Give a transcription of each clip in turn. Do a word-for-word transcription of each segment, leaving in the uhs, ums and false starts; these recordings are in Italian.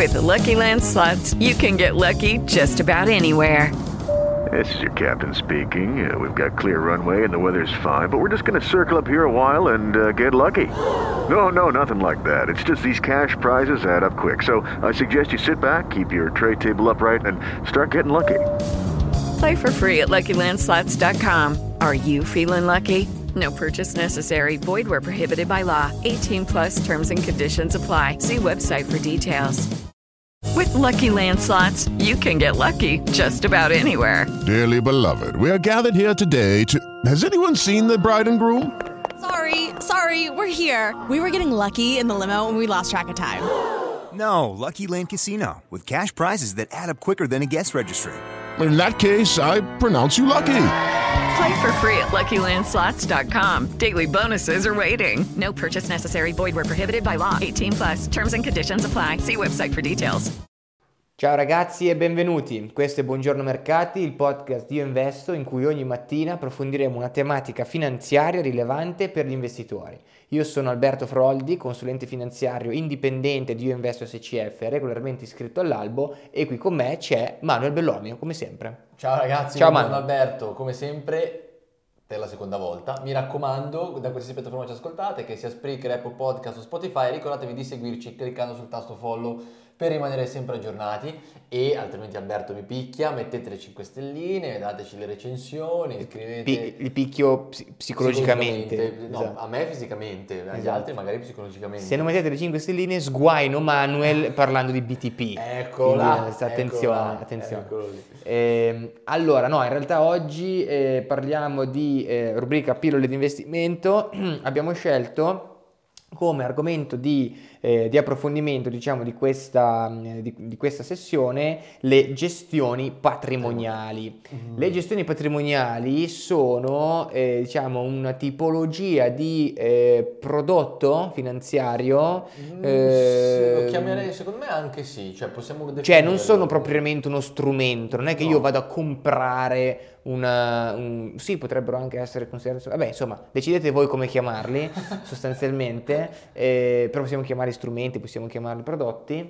With Lucky Land Slots, you can get lucky just about anywhere. This is your captain speaking. Uh, we've got clear runway and the weather's fine, but we're just going to circle up here a while and uh, get lucky. No, no, nothing like that. It's just these cash prizes add up quick. So I suggest you sit back, keep your tray table upright, and start getting lucky. Play for free at Lucky Land Slots dot com. Are you feeling lucky? No purchase necessary. Void where prohibited by law. eighteen plus terms and conditions apply. See website for details. With Lucky Land Slots, you can get lucky just about anywhere. Dearly beloved, we are gathered here today to... Has anyone seen the bride and groom? Sorry, sorry, we're here. We were getting lucky in the limo and we lost track of time. No, Lucky Land Casino, with cash prizes that add up quicker than a guest registry. In that case, I pronounce you lucky. Play for free at Lucky Land Slots dot com. Daily bonuses are waiting. No purchase necessary. Void where prohibited by law. eighteen plus. Terms and conditions apply. See website for details. Ciao ragazzi e benvenuti. Questo è Buongiorno Mercati, il podcast di Io Investo in cui ogni mattina approfondiremo una tematica finanziaria rilevante per gli investitori. Io sono Alberto Froldi, consulente finanziario indipendente di Io Investo S C F, regolarmente iscritto all'albo, e qui con me c'è Manuel Bellomio, come sempre. Ciao ragazzi, Ciao buongiorno Manu. Alberto, come sempre per la seconda volta. Mi raccomando, da qualsiasi piattaforma ci ascoltate, che sia Spreaker, Apple Podcast o Spotify, ricordatevi di seguirci cliccando sul tasto follow per rimanere sempre aggiornati, e altrimenti Alberto mi picchia. Mettete le cinque stelline, dateci le recensioni, scrivete... Pi- il picchio ps- psicologicamente. psicologicamente. No, Esatto. a me fisicamente, agli Esatto. altri magari psicologicamente. Se non mettete le cinque stelline sguaino Manuel parlando di B T P. Eccola, Quindi, eh, attenzione, eccola, attenzione. eccolo lì. Eh, allora, no, in realtà oggi eh, parliamo di eh, rubrica pillole di investimento. Abbiamo scelto come argomento di, eh, di approfondimento, diciamo, di questa, di, di questa sessione le gestioni patrimoniali. Mm. Le gestioni patrimoniali sono, eh, diciamo, una tipologia di eh, prodotto finanziario. Mm, eh, lo chiamerei, secondo me anche sì, cioè possiamo definirlo. Cioè non sono propriamente uno strumento, non è che No. io vado a comprare una... Un, sì, potrebbero anche essere considerati... Vabbè, insomma, decidete voi come chiamarli sostanzialmente, eh, però possiamo chiamarli strumenti, possiamo chiamarli prodotti.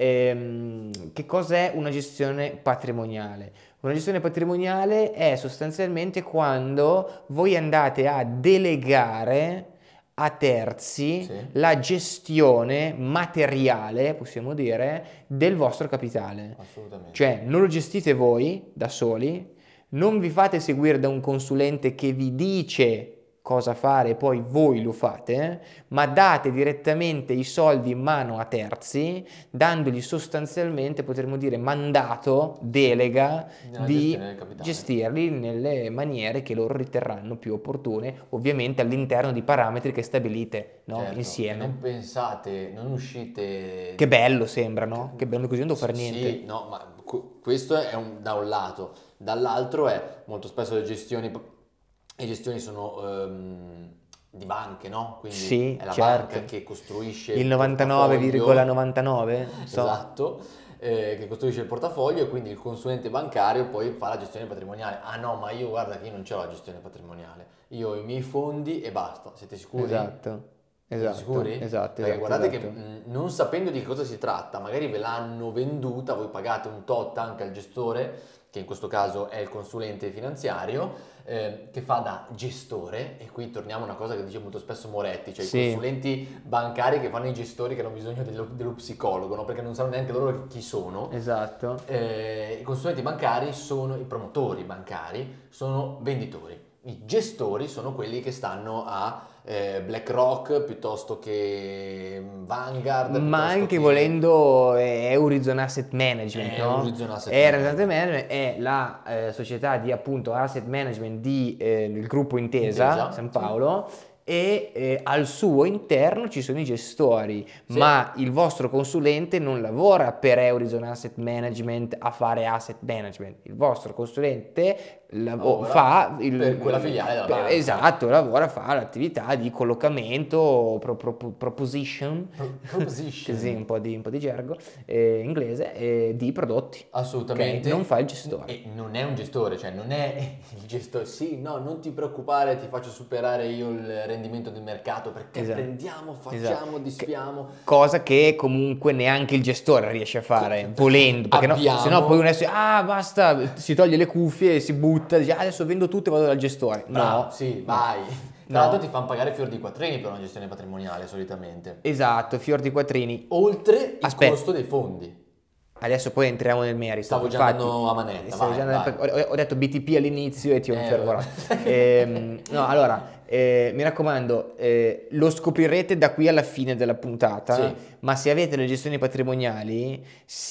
Ehm, che cos'è una gestione patrimoniale? Una gestione patrimoniale è sostanzialmente quando voi andate a delegare a terzi Sì. la gestione materiale, possiamo dire, del vostro capitale. Assolutamente. Cioè non lo gestite voi da soli, non vi fate seguire da un consulente che vi dice cosa fare e poi voi lo fate, ma date direttamente i soldi in mano a terzi, dandogli sostanzialmente, potremmo dire, mandato, delega Nella di gestione del capitale. gestirli nelle maniere che loro riterranno più opportune, ovviamente all'interno di parametri che stabilite, no? Certo, Insieme. e non pensate, non uscite... Che bello sembra, no? Che bello, così non devo fare Sì, niente. Sì, no, ma cu- questo è un, da un lato. Dall'altro è, molto spesso le gestioni, le gestioni sono ehm, di banche, no? Quindi Sì, è la certo. banca che costruisce Il novantanove virgola portafoglio. novantanove, so. Esatto, eh, che costruisce il portafoglio, e quindi il consulente bancario poi fa la gestione patrimoniale. Ah no, ma io guarda che io non ce l'ho la gestione patrimoniale, io ho i miei fondi e basta. Siete sicuri? Esatto. Siete Esatto, sicuri? esatto, Perché esatto, guardate esatto. che mh, non sapendo di che cosa si tratta, magari ve l'hanno venduta, voi pagate un tot anche al gestore, che in questo caso è il consulente finanziario, eh, che fa da gestore, e qui torniamo a una cosa che dice molto spesso Moretti, cioè Sì. i consulenti bancari che fanno i gestori che hanno bisogno dello, dello psicologo, no? Perché non sanno neanche loro chi sono. Esatto. Eh, i consulenti bancari sono i promotori bancari, sono venditori. I gestori sono quelli che stanno a eh, BlackRock piuttosto che Vanguard, Ma piuttosto anche che- volendo è Eurizon Asset Management, È no? Eurizon Asset È Management. Asset Management è la eh, società di appunto asset management di, eh, del gruppo Intesa, Intesa, San sì. Paolo, e eh, al suo interno ci sono i gestori, Sì. ma il vostro consulente non lavora per Eurizon Asset Management a fare asset management, il vostro consulente Lav- fa il, per quella filiale della per- banca. esatto, lavora, fa l'attività di collocamento, pro- pro- proposition, Pro- proposition. così un po' di, un po' di gergo eh, inglese, eh, di prodotti. Assolutamente. Ok? Non fa il gestore. E non è un gestore, cioè non è il gestore. Sì, no, non ti preoccupare, ti faccio superare io il rendimento del mercato perché Esatto. prendiamo, facciamo, Esatto. disfiamo. Cosa che comunque neanche il gestore riesce a fare, volendo, perché no, Abbiamo- se no poi uno adesso, ah basta, si toglie le cuffie e si butta, dice, ah, adesso vendo tutto e vado dal gestore. Bravo, No, sì, no. vai. No. Tra l'altro ti fanno pagare fior di quattrini per una gestione patrimoniale solitamente. Esatto, fior di quattrini. Oltre il Aspetta. costo dei fondi. Adesso poi entriamo nel merito. Stavo già Infatti, andando a manetta, stavo vai, già andando- vai. Ho, ho detto B T P all'inizio e ti ho Eh, infervorato. vabbè. Ehm, no, allora, eh, mi raccomando, eh, lo scoprirete da qui alla fine della puntata, Sì. ma se avete le gestioni patrimoniali,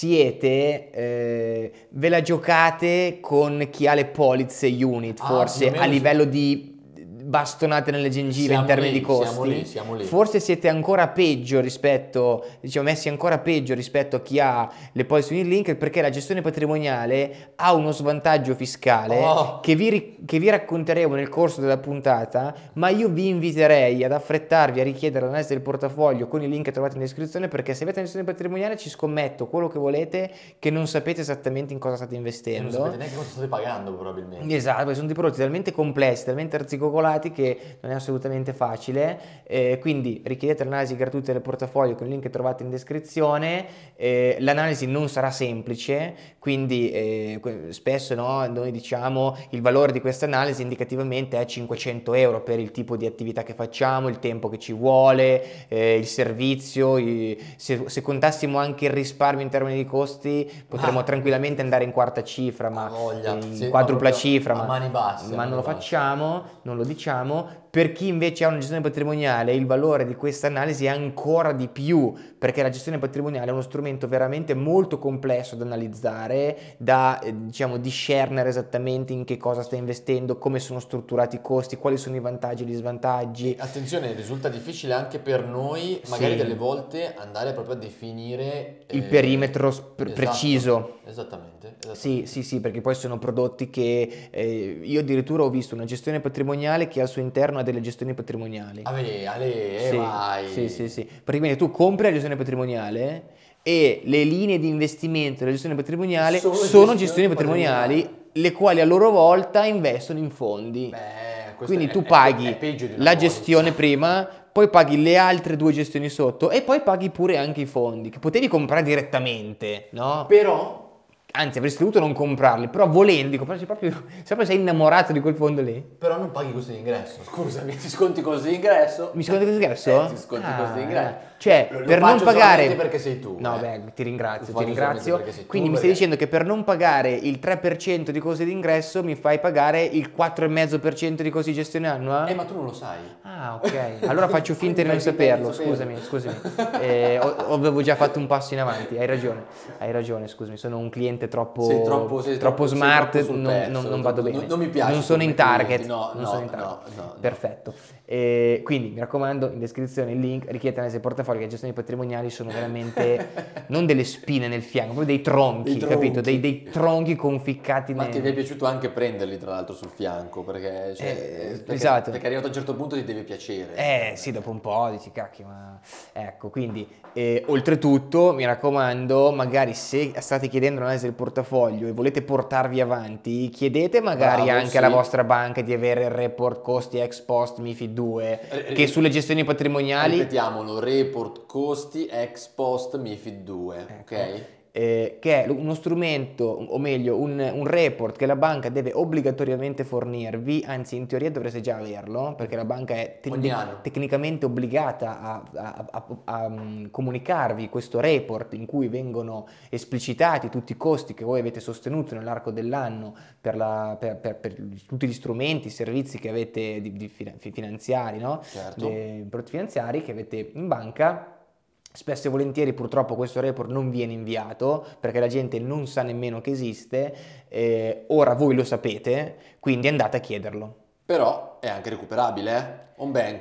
siete, eh, ve la giocate con chi ha le polizze unit, Ah, forse più o meno a sì. livello di bastonate nelle gengive Siamo in termini lì, di costi. siamo lì, siamo lì. Forse siete ancora peggio rispetto, diciamo messi ancora peggio rispetto a chi ha le polizze unit link, perché la gestione patrimoniale ha uno svantaggio fiscale Oh. che, vi, ri- che vi racconteremo nel corso della puntata, ma io vi inviterei ad affrettarvi a richiedere l'analisi del portafoglio con i link che trovate in descrizione, perché se avete una gestione patrimoniale ci scommetto quello che volete che non sapete esattamente in cosa state E non investendo. sapete neanche quanto state pagando probabilmente. Esatto, perché sono dei prodotti talmente complessi, talmente arzigogolati che non è assolutamente facile, eh, quindi richiedete l'analisi gratuita del portafoglio con il link che trovate in descrizione. Eh, l'analisi non sarà semplice, quindi eh, que- spesso no, noi diciamo il valore di questa analisi indicativamente è cinquecento euro per il tipo di attività che facciamo, il tempo che ci vuole, eh, il servizio, i- se, se contassimo anche il risparmio in termini di costi potremmo Ah. tranquillamente andare in quarta cifra, ma Ha voglia, in sì, quadrupla ma proprio cifra, a ma, mani basse, a ma non mani lo basse. facciamo, non lo diciamo. Per chi invece ha una gestione patrimoniale, il valore di questa analisi è ancora di più, perché la gestione patrimoniale è uno strumento veramente molto complesso da analizzare, da eh, diciamo discernere esattamente in che cosa stai investendo, come sono strutturati i costi, quali sono i vantaggi e gli svantaggi. Attenzione, risulta difficile anche per noi, magari Sì. delle volte, andare proprio a definire Il eh, perimetro sp- esatto, preciso. Esattamente, esattamente. Sì, sì, sì, perché poi sono prodotti che eh, io addirittura ho visto una gestione patrimoniale che al suo interno ha delle gestioni patrimoniali. Ale, ale, eh, Sì, vai. sì, sì, sì. Praticamente tu compri la gestione patrimoniale e le linee di investimento della gestione patrimoniale Sono sono, gestioni gestioni patrimoniali, patrimoniali. le quali a loro volta investono in fondi. Beh, questo Quindi è- tu è- paghi è peggio di una la polizza. gestione prima, poi paghi le altre due gestioni sotto e poi paghi pure anche i fondi, che potevi comprare direttamente, no? Però, Anzi, avresti dovuto non comprarli, però volendo, comprarci proprio, sempre sei innamorato di quel fondo lì. però non paghi i costi di ingresso. Scusami, ti sconti i costi di ingresso? Mi sconti questo ingresso? Eh, ti sconti i Ah, costi di ingresso. Cioè, Lo- lo per non faccio pagare... solamente perché sei tu, No, eh. beh, ti ringrazio, Lo ti faccio solamente ringrazio. perché sei tu, Quindi mi stai perché- dicendo che per non pagare il tre per cento di costi di ingresso mi fai pagare il quattro virgola cinque per cento di costi di gestione annua? Eh, ma tu non lo sai. Ah, ok. Allora faccio finta di non Fai finta di saperlo. saperlo. Scusami, scusami. Eh, ho- ho- avevo già fatto un passo in avanti. Hai ragione. Hai ragione, scusami. Sono un cliente troppo, Sei troppo- sei troppo troppo- sei smart. troppo sul non, pezzo, non- non troppo- vado non- bene. non mi piaci Non sono come in target. clienti, no, non no, sono in no, target. no, no. Perfetto. Eh, quindi mi raccomando, in descrizione il link. Richiedete analisi del portafoglio, che le gestioni patrimoniali sono veramente non delle spine nel fianco, proprio dei tronchi, Dei tronchi. capito? Dei, dei tronchi conficcati Ma nei... che mi è piaciuto anche prenderli tra l'altro sul fianco, perché, cioè, Eh, perché, esatto. perché arrivato a un certo punto ti deve piacere. Eh sì, dopo un po' dici cacchio, ma ecco, quindi eh, oltretutto mi raccomando, magari se state chiedendo l'analisi del portafoglio e volete portarvi avanti, chiedete magari Bravo, anche sì. alla vostra banca di avere il report costi ex post MiFID due, Eh, che eh, sulle gestioni patrimoniali Ripetiamolo, report costi ex post MiFID due, Ecco. ok? eh, che è uno strumento, o meglio un, un report che la banca deve obbligatoriamente fornirvi, anzi in teoria dovreste già averlo, perché la banca è te- Ogni anno. tecnicamente obbligata a, a- a- a, mm, comunicarvi questo report in cui vengono esplicitati tutti i costi che voi avete sostenuto nell'arco dell'anno per, la- per- per- per tutti gli strumenti, i servizi che avete di, di finan- finanziari, no? Certo. Dei prodotti finanziari che avete in banca. Spesso e volentieri purtroppo questo report non viene inviato perché la gente non sa nemmeno che esiste, eh, ora voi lo sapete, quindi andate a chiederlo. Però è anche recuperabile, eh? Home banking.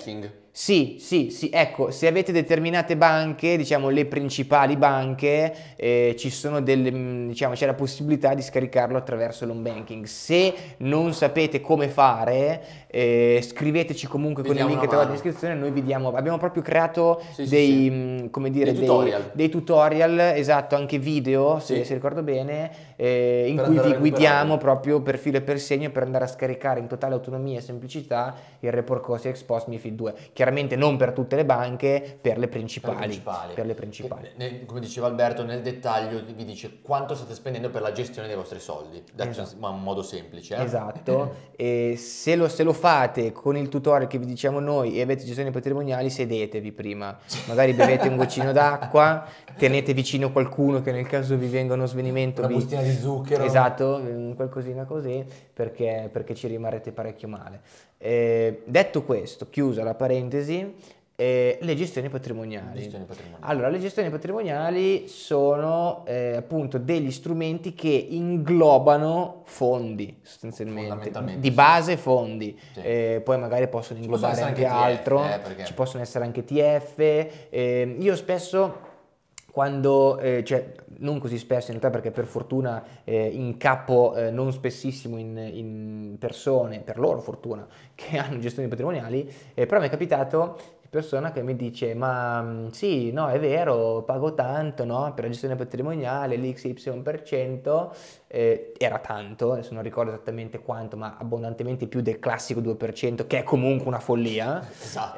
Sì, sì, sì, ecco, se avete determinate banche, diciamo le principali banche, eh, ci sono delle, mh, diciamo, c'è la possibilità di scaricarlo attraverso l'home banking. Se non sapete come fare, eh, scriveteci comunque Vi con il diamo link una che trovate in mano. descrizione, noi vi diamo, abbiamo proprio creato Sì, sì, dei, sì. mh, come dire, Dei dei, tutorial. dei tutorial, esatto, anche video, se, Sì. se ricordo bene, eh, in Per cui andare vi a recuperarli. guidiamo proprio per filo e per segno per andare a scaricare in totale autonomia e semplicità il report costi ex post MiFID due. Chiaramente non per tutte le banche, per le Per principali. le principali. Per le principali. Che, ne- come diceva Alberto, nel dettaglio vi dice quanto state spendendo per la gestione dei vostri soldi, detto Esatto. in in modo semplice. eh. Esatto, e se lo, se lo fate con il tutorial che vi diciamo noi e avete gestioni patrimoniali, sedetevi prima, magari bevete un goccino d'acqua, tenete vicino qualcuno che nel caso vi venga uno svenimento, Una vi- bustina di zucchero. esatto, un qualcosina così, perché, perché ci rimarrete parecchio male. Eh, detto questo, chiusa la parentesi, eh, le gestioni patrimoniali. Gestioni patrimoniali. Allora, le gestioni patrimoniali sono eh, appunto degli strumenti che inglobano fondi, sostanzialmente, Fondamentalmente, di sì. base fondi. Sì. Eh, poi magari possono Ci possono inglobare essere anche anche T F, altro, eh, perché- ci possono essere anche T F. eh, io spesso quando, eh, cioè non così spesso in realtà perché per fortuna eh, incappo eh, non spessissimo in, in persone, per loro fortuna, che hanno gestioni patrimoniali, eh, però mi è capitato di persona che mi dice ma mh, sì, no è vero, pago tanto no, per la gestione patrimoniale, l'X Y per cento, eh, era tanto, adesso non ricordo esattamente quanto, ma abbondantemente più del classico due per cento, che è comunque una follia. Esatto.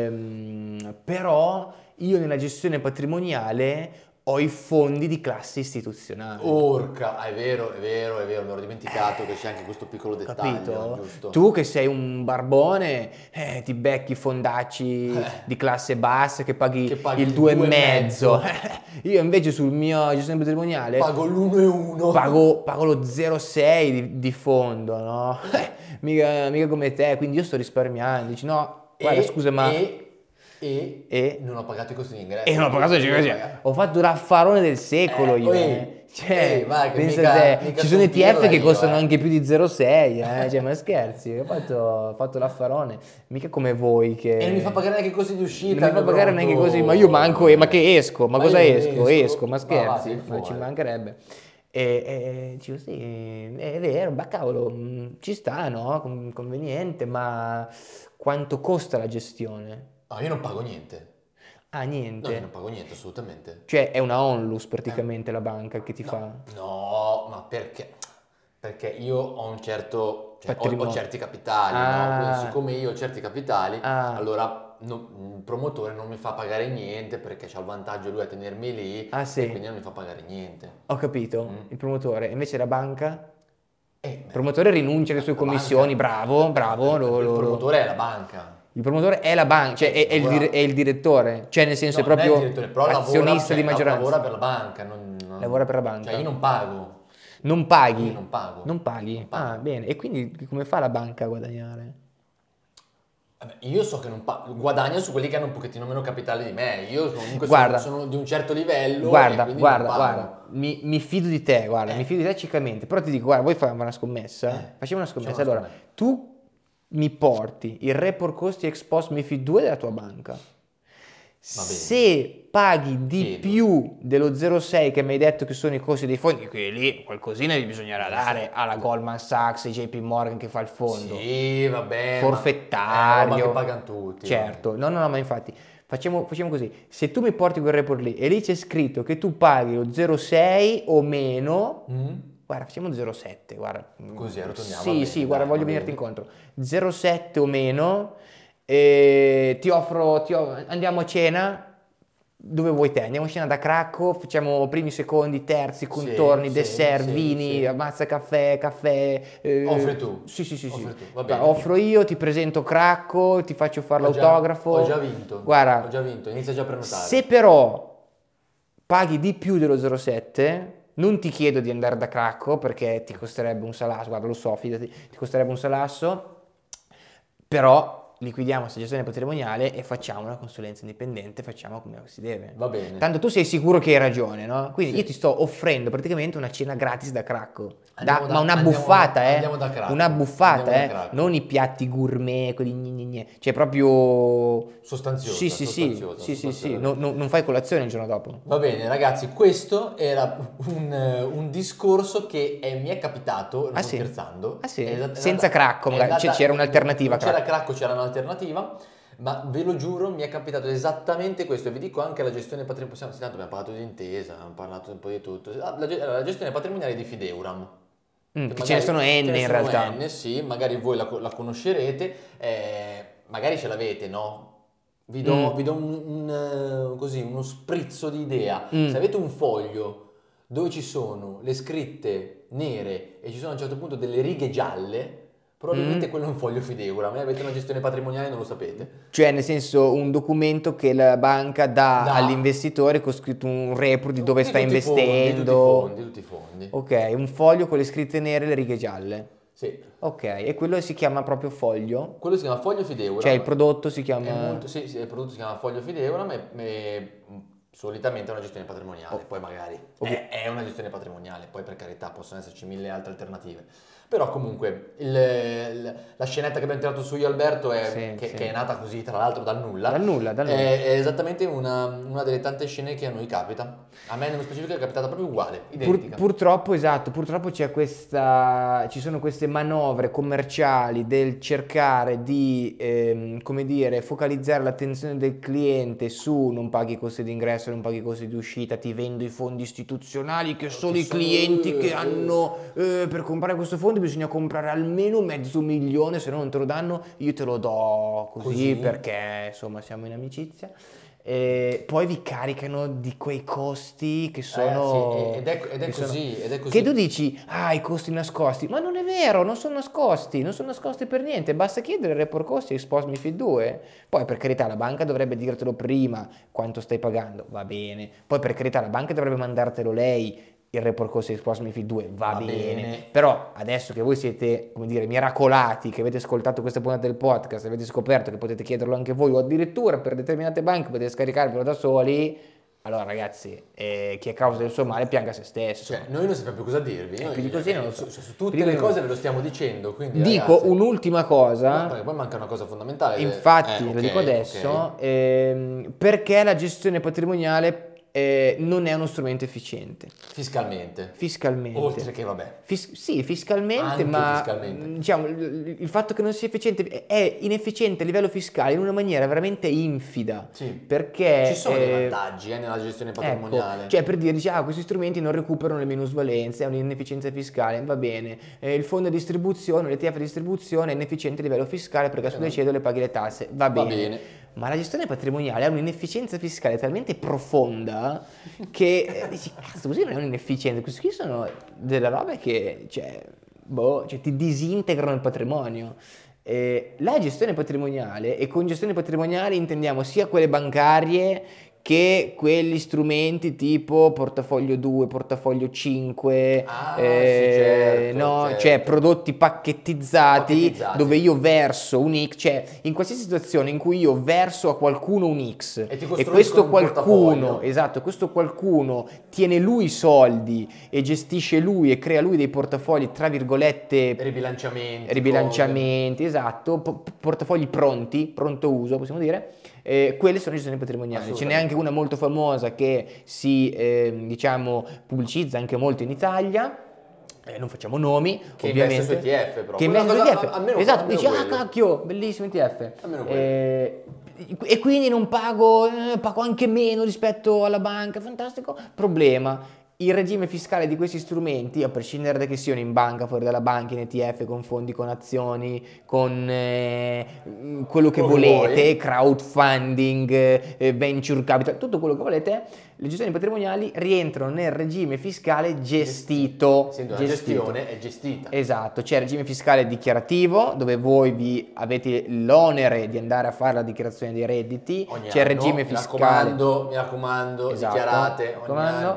Ehm, però io nella gestione patrimoniale ho i fondi di classe istituzionale. Orca, ah, è vero, è vero, è vero, mi ero dimenticato che c'è anche questo piccolo dettaglio, Capito? giusto? Tu che sei un barbone, eh, ti becchi fondacci di classe bassa che paghi, Che paghi il il due e due e mezzo. mezzo. Io invece sul mio gestione patrimoniale Pago l'uno e uno. pago, pago lo zero virgola sei di, di fondo, no? mica, mica come te, quindi io sto risparmiando. Dici no, guarda, E- scusa, ma... E, e, E? non ho pagato i costi di ingresso. E non ho pagato Io così. ho pagato. Ho fatto l'affarone del secolo Eh, io. oi, eh. Cioè, ehi, vai, che pensa mica- te, mica ci sono i son T F pirla che io, costano eh. anche più di zero virgola sei, eh. Cioè, ma scherzi, ho fatto, ho fatto l'affarone. Mica come voi che... E non mi fa pagare neanche i costi di Non uscita. mi fa il mio pagare prodotto. neanche così, ma io manco, eh, ma che esco? Ma, Ma cosa io esco? esco, Esco, ma va, va, scherzi? sei Ma ci fuori. mancherebbe. E, e dico sì, è vero, ma cavolo, mh, ci sta, no? Con- Conveniente, ma quanto costa la gestione? No, io non pago niente. Ah, No, niente. io non pago niente, assolutamente. Cioè è una onlus praticamente la banca che ti No, fa. no, ma perché? Perché io ho un certo, cioè, ho, Patrimonio. ho certi capitali, Ah. no? Quindi siccome io ho certi capitali, Ah. allora no- il promotore non mi fa pagare niente perché c'ha il vantaggio lui a tenermi lì Ah, sì. e quindi non mi fa pagare niente. Ho capito, Mm. il promotore. Invece la banca? E, Il promotore rinuncia alle sue la commissioni, banca- bravo, bravo. lo- il lo- lo- promotore è la banca. Il promotore è la banca, cioè è, è il, dire- è il direttore, cioè nel senso No, è non proprio il direttore, però azionista lavora, di cioè, maggioranza. lavora per la banca. Non, non- Lavora per la banca. Cioè io non pago. Non paghi? Io non pago. Non paghi? Non pago. Ah, bene. E quindi come fa la banca a guadagnare? Vabbè, io so che non pa- guadagno su quelli che hanno un pochettino meno capitale di me. Io comunque Guarda. sono, sono di un certo livello. e Guarda, quindi guarda, non pago. guarda, mi, mi fido di te, guarda, mi fido di te ciecamente, però ti dico, guarda, vuoi fare una scommessa? Eh, Facciamo una scommessa. facciamo una Allora, tu mi porti il report costi ex post MiFID due della tua banca. bene. Se paghi di Chiedo. più dello zero virgola sei che mi hai detto che sono i costi dei fondi, che lì qualcosina gli bisognerà dare alla Goldman Sachs e J P Morgan che fa il fondo. Sì, va bene. Forfettario. Ma, è roba che pagano tutti. Certo, no, no, no, ma infatti facciamo, facciamo così. Se tu mi porti quel report lì e lì c'è scritto che tu paghi lo zero virgola sei o meno, Mm? guarda, facciamo zero virgola sette, guarda. Così, arrotondiamo, Sì, va bene, sì, guarda, dai, voglio va venirti bene. incontro. zero virgola sette o meno, e ti offro, ti o- andiamo a cena. Dove vuoi te? Andiamo a cena da Cracco, facciamo primi, secondi, terzi, contorni, sì, dessert, sì, vini, sì. ammazza caffè, caffè. eh, Offri tu. Sì, sì, sì, sì. Offri tu, va Dai, bene. offro io, ti presento Cracco, ti faccio fare Ho già- l'autografo. Ho già vinto. Guarda, Ho già vinto, inizia già a prenotare. se però paghi di più dello zero virgola sette, non ti chiedo di andare da Cracco perché ti costerebbe un salasso, guarda, lo so, fidati, ti costerebbe un salasso, però liquidiamo questa gestione patrimoniale e facciamo una consulenza indipendente, facciamo come si deve. Va bene. Tanto tu sei sicuro che hai ragione, no? Quindi Sì. io ti sto offrendo praticamente una cena gratis da Cracco. Andiamo Da- da- ma una andiamo- buffata, eh? andiamo da Cracco. Una buffata, Andiamo da eh? Cracco. Non i piatti gourmet, quelli gni gni gni. Cioè proprio... Sostanziosa, Sì, sì, sì, sostanziosa, sì, sì, sì. sostanziosa. No- no- non fai colazione il giorno dopo. Va bene ragazzi, questo era un, eh, un discorso che eh, mi è capitato, non Ah, sto sì? scherzando. Ah, sì? È andata- Senza Cracco, è magari. andata- C- c'era un'alternativa a Non c'era Cracco. Cracco, c'era un'alternativa, ma ve lo giuro mi è capitato esattamente questo e vi dico anche la gestione patrimoniale, sì, tanto abbiamo parlato di intesa, abbiamo parlato un po' di tutto. Ah, La, ge- la gestione patrimoniale di Fideuram. Mm, Che che ce ne sono ce N ne in sono realtà. N, sì, magari voi la, la conoscerete, eh, magari ce l'avete, no? Vi do, Mm. vi do un, un, eh, così, uno sprizzo di idea. Mm. Se avete un foglio dove ci sono le scritte nere e ci sono a un certo punto delle righe gialle, probabilmente Mm. quello è un foglio Fideuram. E avete una gestione patrimoniale e non lo sapete. Cioè, nel senso, un documento che la banca dà Dà. all'investitore con scritto un report di dove Di sta tutti i fondi, investendo. Di tutti i fondi, di tutti i fondi. Ok, un foglio con le scritte nere e le righe gialle. Sì. Ok, e quello si chiama proprio foglio? Quello si chiama foglio Fideuram. Cioè il prodotto si È chiama... molto- sì, sì, il prodotto si chiama foglio Fideuram e, e solitamente è una gestione patrimoniale, poi magari Ok. è, è una gestione patrimoniale, poi per carità possono esserci mille altre alternative. Però comunque il- il- la scenetta che abbiamo tirato su io e Alberto è, Sì, che, sì. che è nata così tra l'altro dal nulla. Dal nulla, dal nulla. È, è esattamente una, una delle tante scene che a noi capita. A me nello specifico è capitata proprio uguale, identica. Pur- purtroppo, esatto, purtroppo c'è questa, ci sono queste manovre commerciali del cercare di, ehm, come dire, focalizzare l'attenzione del cliente su non paghi i costi di ingresso, non paghi i costi di uscita, ti vendo i fondi istituzionali che solo Che i sono- clienti che eh, hanno, eh, per comprare questo fondo bisogna comprare almeno mezzo milione, se no non te lo danno, io te lo do così, Così? perché insomma siamo in amicizia. E poi vi caricano di quei costi che sono... Ragazzi, ed è, ed è che sono- così, ed è così. che tu dici, ah, i costi nascosti, ma non è vero, non sono nascosti, non sono nascosti per niente, basta chiedere il report costi e Expose MiFID due. Poi per carità la banca dovrebbe dirtelo prima quanto stai pagando, va bene. Poi per carità la banca dovrebbe mandartelo lei il report costi di Expose MiFID due, va, Va bene. bene. Però adesso che voi siete, come dire, miracolati, che avete ascoltato questa puntata del podcast, avete scoperto che potete chiederlo anche voi o addirittura per determinate banche potete scaricarvelo da soli, allora ragazzi, eh, chi è causa del suo male pianga se stesso. Cioè, noi non sappiamo più cosa dirvi. Noi, più di così non lo so. su, su Più tutte di le così cose non- ve lo stiamo dicendo, quindi Dico ragazzi, un'ultima no, cosa, perché poi manca una cosa fondamentale. infatti Eh, lo ok, dico adesso, ok. ehm, perché la gestione patrimoniale eh, non è uno strumento efficiente, Fiscalmente. fiscalmente. Oltre che vabbè. Fis- sì, fiscalmente, Anche ma fiscalmente. mh, diciamo, il, il fatto che non sia efficiente è inefficiente a livello fiscale in una maniera veramente infida. Sì. Perché Ci sono eh, dei vantaggi eh, nella gestione patrimoniale. Ecco, cioè per dire, dici, ah, questi strumenti non recuperano le minusvalenze, è un'inefficienza fiscale, va bene. Eh, il fondo di distribuzione, l'E T F di distribuzione è inefficiente a livello fiscale perché sulle cedole paghi le tasse, va Va bene. bene. Ma la gestione patrimoniale ha un'inefficienza fiscale talmente profonda che eh, dici, cazzo, così non è un'inefficienza, questi qui sono delle robe che, cioè, boh, cioè, ti disintegrano il patrimonio. Eh, la gestione patrimoniale, e con gestione patrimoniale intendiamo sia quelle bancarie che quegli strumenti tipo portafoglio due, portafoglio cinque, Ah, eh, sì, certo, no? certo. Cioè prodotti pacchettizzati, Pacchettizzati. dove io verso un X, cioè in qualsiasi situazione in cui io verso a qualcuno un X E ti e costruiscono questo un qualcuno, portafoglio. esatto, questo qualcuno tiene lui i soldi e gestisce lui e crea lui dei portafogli tra virgolette Ribilanciamenti. ribilanciamenti, esatto, po- portafogli pronti, pronto uso, possiamo dire. Eh, quelle sono gestioni patrimoniali. Ce n'è Assolutamente. anche una molto famosa che si, eh, diciamo, pubblicizza anche molto in Italia. Eh, non facciamo nomi, Che ovviamente. investe su E T F, però. Che Quella investe su cosa- E T F. almeno- esatto, almeno dici, ah quello. cacchio, bellissimo E T F. Almeno quello. Eh, e quindi non pago, eh, pago anche meno rispetto alla banca, fantastico. Problema. Il regime fiscale di questi strumenti, a prescindere da che siano in banca, fuori dalla banca, in E T F, con fondi, con azioni, con eh, quello che Quello che volete, vuoi. crowdfunding, eh, venture capital, tutto quello che volete, le gestioni patrimoniali rientrano nel regime fiscale gestito. Essendo una gestito. gestione è gestita. Esatto, c'è il regime fiscale dichiarativo dove voi vi avete l'onere di andare a fare la dichiarazione dei redditi, Ogni c'è il anno, regime mi fiscale. raccomando, mi raccomando, Esatto, dichiarate mi ogni raccomando. anno.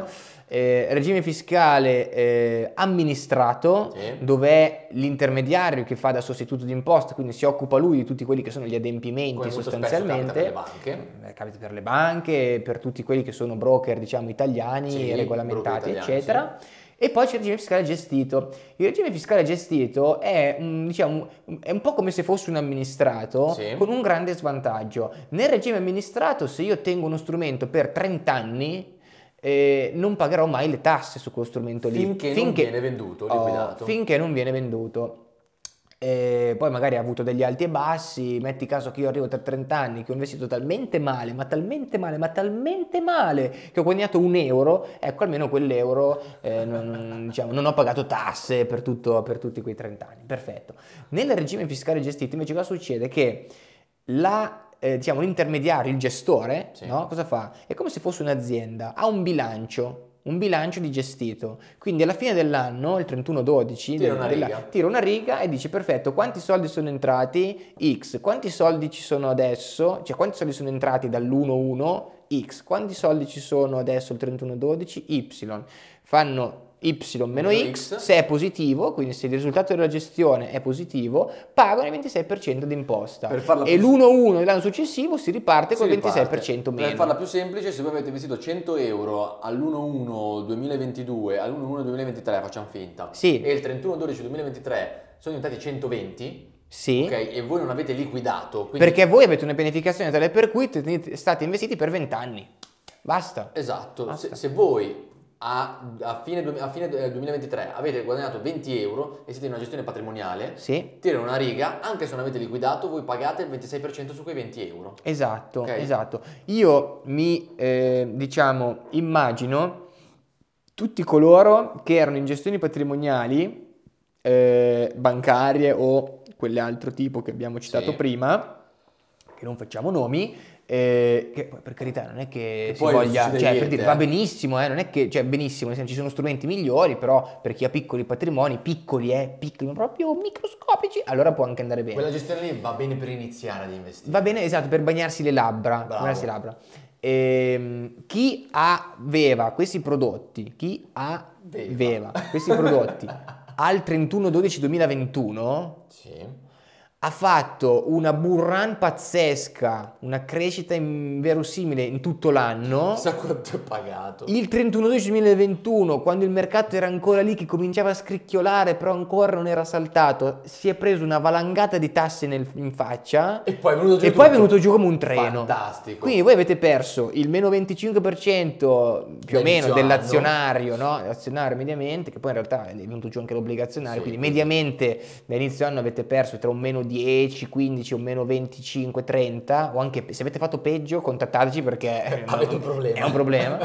Eh, regime fiscale eh, amministrato, Sì. dove l'intermediario che fa da sostituto di imposta, quindi si occupa lui di tutti quelli che sono gli adempimenti Come molto sostanzialmente. spesso capita per le banche. Eh, capita per le banche, per tutti quelli che sono broker, diciamo, italiani, Sì, regolamentati, broker italiani, eccetera. E poi c'è il regime fiscale gestito. Il regime fiscale gestito è, un, diciamo, un- è un po' come se fosse un amministrato, Sì. con un grande svantaggio. Nel regime amministrato, se io tengo uno strumento per trenta anni, eh, non pagherò mai le tasse su quello strumento lì. Finché non viene venduto, Oh, liquidato. finché non viene venduto. E poi magari ha avuto degli alti e bassi, metti caso che io arrivo tra trenta anni che ho investito talmente male, ma talmente male, ma talmente male che ho guadagnato un euro, ecco almeno quell'euro eh, non, diciamo, non ho pagato tasse per, tutto, per tutti quei trenta anni, perfetto. Nel regime fiscale gestito invece cosa succede? Che la, eh, diciamo, l'intermediario, il gestore, Sì. no? Cosa fa? È come se fosse un'azienda, ha un bilancio, un bilancio di gestito, quindi alla fine dell'anno, il trentuno dodici, Tira del- una della- riga. tira una riga e dice perfetto, quanti soldi sono entrati? X, quanti soldi ci sono adesso? Cioè quanti soldi sono entrati dall'uno uno? X, quanti soldi ci sono adesso il trentuno dodici? Y, fanno Y meno Meno X, X. se è positivo, quindi se il risultato della gestione è positivo, pagano il ventisei per cento di imposta Per farla e più- l'uno uno dell'anno successivo si riparte Si col riparte. ventisei per cento meno. Per farla più semplice, se voi avete investito cento euro all'uno uno duemilaventidue, all'uno uno duemilaventitré, facciamo finta, Sì. e il trentuno dodici duemilaventitré sono diventati centoventi, Sì. ok, e voi non avete liquidato, quindi... Perché voi avete una pianificazione tale per cui tenete- state investiti per venti anni. Basta. Esatto, Basta. se, se voi a, a fine, du- a fine eh, duemilaventitré avete guadagnato venti euro e siete in una gestione patrimoniale, Sì. tirano una riga, anche se non avete liquidato, voi pagate il ventisei per cento su quei venti euro. Esatto, Ok. esatto. Io mi, eh, diciamo, immagino tutti coloro che erano in gestioni patrimoniali, eh, bancarie o quell'altro tipo che abbiamo citato Sì. prima, che non facciamo nomi, eh, che poi per carità non è che E si poi non voglia, succede cioè per niente, dire va eh. benissimo, eh, non è che, cioè benissimo, nel senso ci sono strumenti migliori, però per chi ha piccoli patrimoni, piccoli, eh, piccoli, ma proprio microscopici, allora può anche andare bene. Quella gestione lì va bene per iniziare ad investire. Va bene, esatto, per bagnarsi le labbra. Bravo. bagnarsi le labbra. Ehm, chi aveva questi prodotti, chi aveva questi prodotti al trentuno dodici duemilaventuno Sì. ha fatto una bull run pazzesca, una crescita inverosimile in tutto l'anno. Sa quanto è pagato. Il trentuno dodici duemilaventuno, quando il mercato era ancora lì che cominciava a scricchiolare, però ancora non era saltato, si è preso una valangata di tasse nel- in faccia E poi è venuto giù e poi è tutto. venuto giù come un treno. Fantastico. Quindi voi avete perso il meno venticinque per cento più o Da meno inizio dell'azionario, no? L'azionario mediamente, che poi in realtà è venuto giù anche l'obbligazionario, Sì, quindi quindi- mediamente da inizio anno avete perso tra un meno dieci, quindici, un meno venticinque, trenta, o anche se avete fatto peggio contattateci perché eh, Avete un problema. è un problema.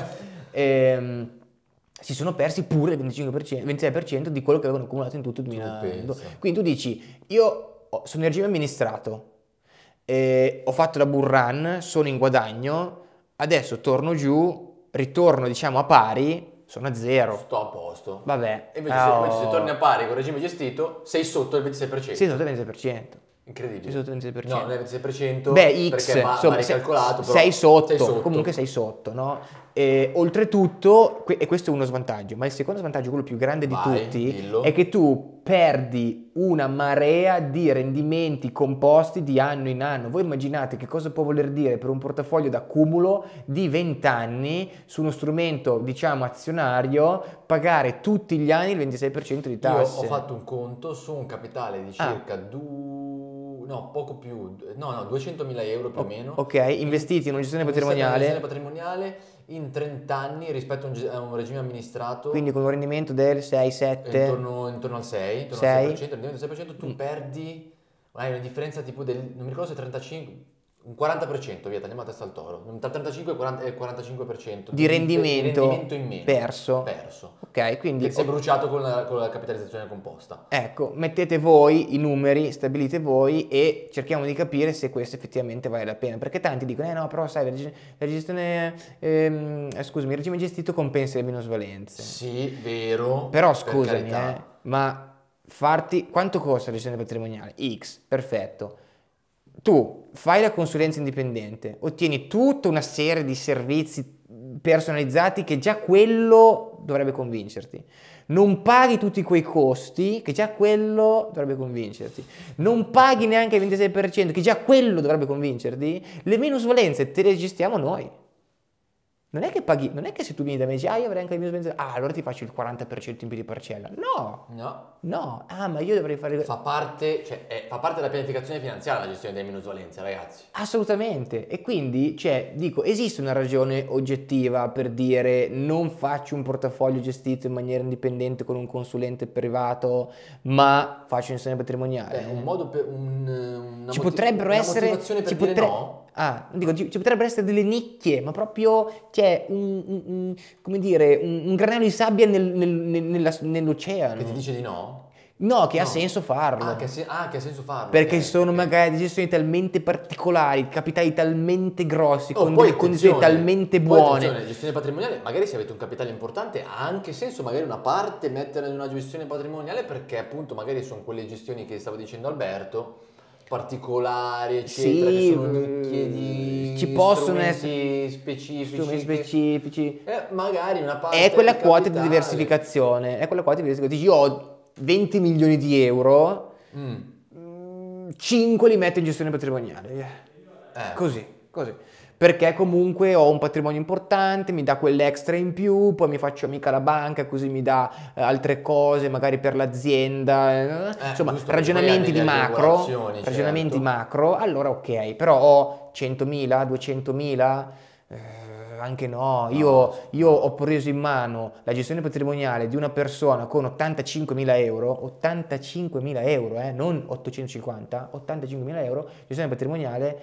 Ehm, si sono persi pure il venticinque per cento, ventisei per cento di quello che avevano accumulato in tutto il duemilaventidue. pensa. Quindi tu dici, io ho- sono in regime amministrato, eh, ho fatto la bull run, sono in guadagno, adesso torno giù, ritorno diciamo a pari, sono a zero. Sto a posto. Vabbè. E invece, ah, se, invece se oh. torni a pari con il regime gestito, sei sotto il ventisei per cento. Sì, sotto il ventisei per cento. Incredibile. Sei sotto il ventisei per cento. No, non è il ventisei per cento. Beh, X, perché va, insomma, va se- ricalcolato, però sei sotto, sei sotto. comunque sei sotto, no? E, oltretutto, que- e questo è uno svantaggio, ma il secondo svantaggio, quello più grande di Vai, tutti, dillo. è che tu perdi una marea di rendimenti composti di anno in anno. Voi immaginate che cosa può voler dire per un portafoglio d'accumulo di venti anni su uno strumento, diciamo, azionario, pagare tutti gli anni il ventisei per cento di Io tasse. ho fatto un conto su un capitale di Ah. circa du... no, poco più, no, no, duecentomila euro più o meno. Ok, investiti in una gestione Investiti in una patrimoniale, gestione patrimoniale in trenta anni rispetto a un, ge- a un regime amministrato. quindi con un rendimento del sei sette. intorno, intorno al sei, intorno sei. al sei per cento, rendimento del sei per cento, tu Mm. perdi, hai una differenza tipo del, non mi ricordo se trentacinque, un quaranta per cento, via, tagliamo la testa al toro, tra trentacinque e quaranta e il quarantacinque per cento Di rendimento di rendimento in meno. perso. Perso. Ok, quindi Che si è bruciato con la, con la capitalizzazione composta. ecco, mettete voi i numeri, stabilite voi e cerchiamo di capire se questo effettivamente vale la pena. Perché tanti dicono, eh no, però sai, la gestione, la gestione ehm, eh, scusami, il regime gestito compensa le minusvalenze. Sì, vero. Però per scusami, carità. eh, ma farti, quanto costa la gestione patrimoniale? X, perfetto. Tu fai la consulenza indipendente, ottieni tutta una serie di servizi personalizzati che già quello dovrebbe convincerti. Non paghi tutti quei costi che già quello dovrebbe convincerti. Non paghi neanche il ventisei per cento che già quello dovrebbe convincerti. Le minusvalenze te le gestiamo noi. Non è che paghi, non è che se tu vieni da me e dici, ah, io avrei anche le minusvalenze, ah, allora ti faccio il quaranta per cento in più di parcella. No, No. no, ah, ma io dovrei fare... Fa parte, cioè, è- fa parte della pianificazione finanziaria la gestione delle minusvalenze, ragazzi. Assolutamente, e quindi, cioè, dico, esiste una ragione oggettiva per dire non faccio un portafoglio gestito in maniera indipendente con un consulente privato, ma faccio un'insieme patrimoniale? È un modo per un, una Ci moti- potrebbero una essere, motivazione per ci, dire potre- no? ah, dico, ci, ci potrebbero essere delle nicchie, ma proprio, cioè, un, un- un- come dire, un, un granello di sabbia nel- nel- nel- nella- nell'oceano. Che ti dice di no? No, che ha No. senso farlo. Ah, che ha, sen- ah, che ha senso farlo. Perché ok, sono ok. magari gestioni talmente particolari, capitali talmente grossi, Oh, con poi delle condizioni attenzione, talmente poi buone. attenzione, gestione patrimoniale, magari se avete un capitale importante ha anche senso magari una parte metterla in una gestione patrimoniale perché appunto magari sono quelle gestioni che stava dicendo Alberto, particolari, eccetera, Sì, che sono nicchie di ci possono strumenti essere specifici. strumenti che- specifici. eh, magari una parte È quella del quota di capitale. diversificazione, è quella quota di diversificazione. Dici, io ho venti milioni di euro, Mm, cinque li metto in gestione patrimoniale. eh. Così, così. Perché comunque ho un patrimonio importante, mi dà quell'extra in più, poi mi faccio amica la banca, così mi dà eh, altre cose, magari per l'azienda. eh. Eh, Insomma, giusto, ragionamenti perché di poi hai delle macro, agevolazioni, ragionamenti certo. macro, allora ok, però ho centomila, duecentomila, eh, anche no. Io, io ho preso in mano la gestione patrimoniale di una persona con ottantacinquemila euro, ottantacinquemila euro, eh, non ottocentocinquanta, ottantacinquemila euro, gestione patrimoniale,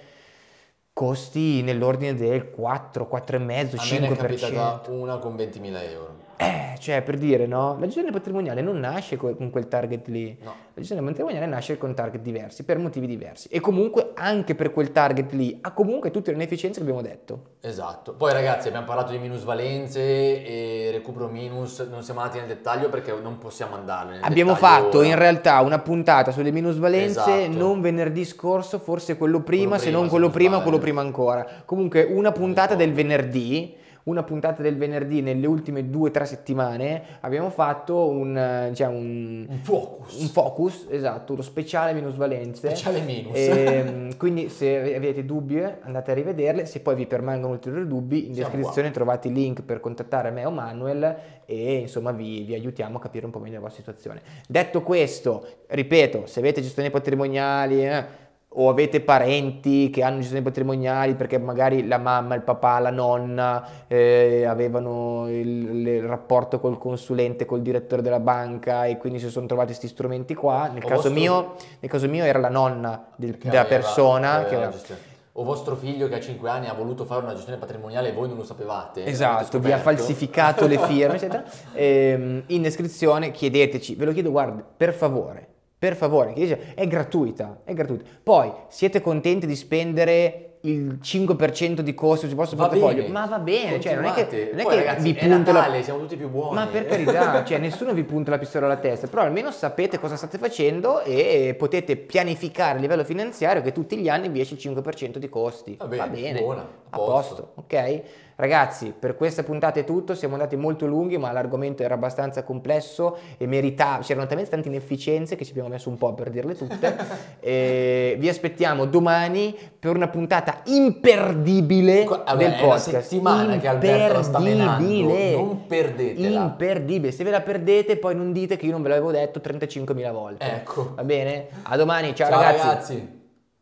costi nell'ordine del quattro, quattro virgola cinque, A me ne è cinque per cento. capitata una con ventimila euro. Eh, cioè, per dire, no? La gestione patrimoniale non nasce co- con quel target lì. No. La gestione patrimoniale nasce con target diversi, per motivi diversi. E comunque, anche per quel target lì, ha comunque tutte le inefficienze che abbiamo detto. Esatto. Poi ragazzi abbiamo parlato di minusvalenze e recupero minus, non siamo andati nel dettaglio perché non possiamo andarne nel Abbiamo dettaglio fatto ora. in realtà una puntata sulle minusvalenze, Esatto. non venerdì scorso, forse quello prima, Quello se prima, non se quello non prima, sbaglio. quello prima ancora. Comunque una puntata del ricordo. venerdì, una puntata del venerdì nelle ultime due o tre settimane, abbiamo fatto un, eh, diciamo, un, Un focus. un focus, esatto, uno speciale minusvalenze. Speciale minus. Ehm, quindi se avete dubbi andate a rivederle, se poi vi permangono ulteriori dubbi in Siamo descrizione trovate i link per contattare me o Manuel e insomma vi, vi aiutiamo a capire un po' meglio la vostra situazione. Detto questo, ripeto, se avete gestioni patrimoniali eh, o avete parenti che hanno gestioni patrimoniali perché magari la mamma, il papà, la nonna eh, avevano il, il rapporto col consulente, col direttore della banca e quindi si sono trovati questi strumenti qua, nel O caso, vostro- mio, nel caso mio era la nonna del- Che della aveva- persona che aveva che la aveva- gestione. O vostro figlio che a cinque anni ha voluto fare una gestione patrimoniale e voi non lo sapevate. Esatto, vi ha avete scoperto. falsificato le firme, eccetera. Ehm, in descrizione chiedeteci, ve lo chiedo, guarda, per favore, per favore, chiedete- è gratuita, è gratuita. Poi, siete contenti di spendere il cinque per cento di costo sul vostro Va portafoglio? bene. Ma va bene, cioè non è che, Continuate. non è Poi, che ragazzi, vi è punto la... Natale, siamo tutti più buoni. Ma per carità, cioè nessuno vi punta la pistola alla testa, però almeno sapete cosa state facendo e potete pianificare a livello finanziario che tutti gli anni vi esce il cinque per cento di costi. Va bene, buona, a posto. posto, ok? Ragazzi, per questa puntata è tutto, siamo andati molto lunghi, ma l'argomento era abbastanza complesso e meritava, c'erano talmente tante inefficienze che ci abbiamo messo un po' per dirle tutte. E vi aspettiamo domani per una puntata imperdibile Vabbè, del è una podcast. settimana che Alberto la sta menando, Imperdibile. non perdetela. Imperdibile. Se ve la perdete, poi non dite che io non ve l'avevo detto trentacinquemila volte. Ecco. Va bene? A domani, ciao, Ciao ragazzi. ragazzi.